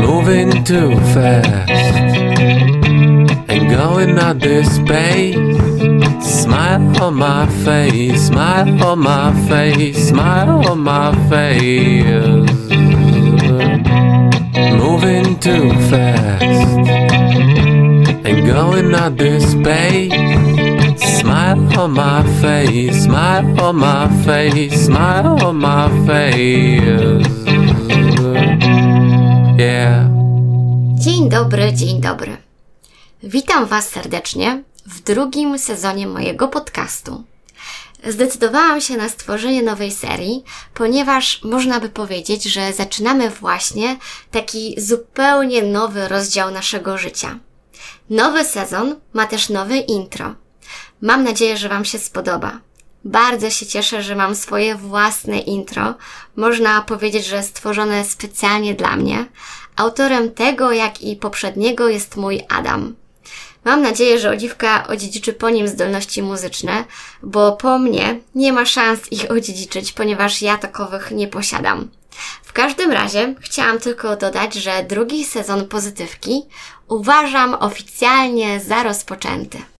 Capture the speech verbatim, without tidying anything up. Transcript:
moving too fast and going at this pace. Smile on my face, smile on my face, smile on my face. Moving too fast and going at this pace. Smile on my face, smile on my face, smile on my face. Yeah. Dzień dobry, dzień dobry. Witam Was serdecznie w drugim sezonie mojego podcastu. Zdecydowałam się na stworzenie nowej serii, ponieważ można by powiedzieć, że zaczynamy właśnie taki zupełnie nowy rozdział naszego życia. Nowy sezon ma też nowe intro. Mam nadzieję, że Wam się spodoba. Bardzo się cieszę, że mam swoje własne intro. Można powiedzieć, że stworzone specjalnie dla mnie. Autorem tego, jak i poprzedniego jest mój Adam. Mam nadzieję, że Oliwka odziedziczy po nim zdolności muzyczne, bo po mnie nie ma szans ich odziedziczyć, ponieważ ja takowych nie posiadam. W każdym razie chciałam tylko dodać, że drugi sezon Pozytywki uważam oficjalnie za rozpoczęty.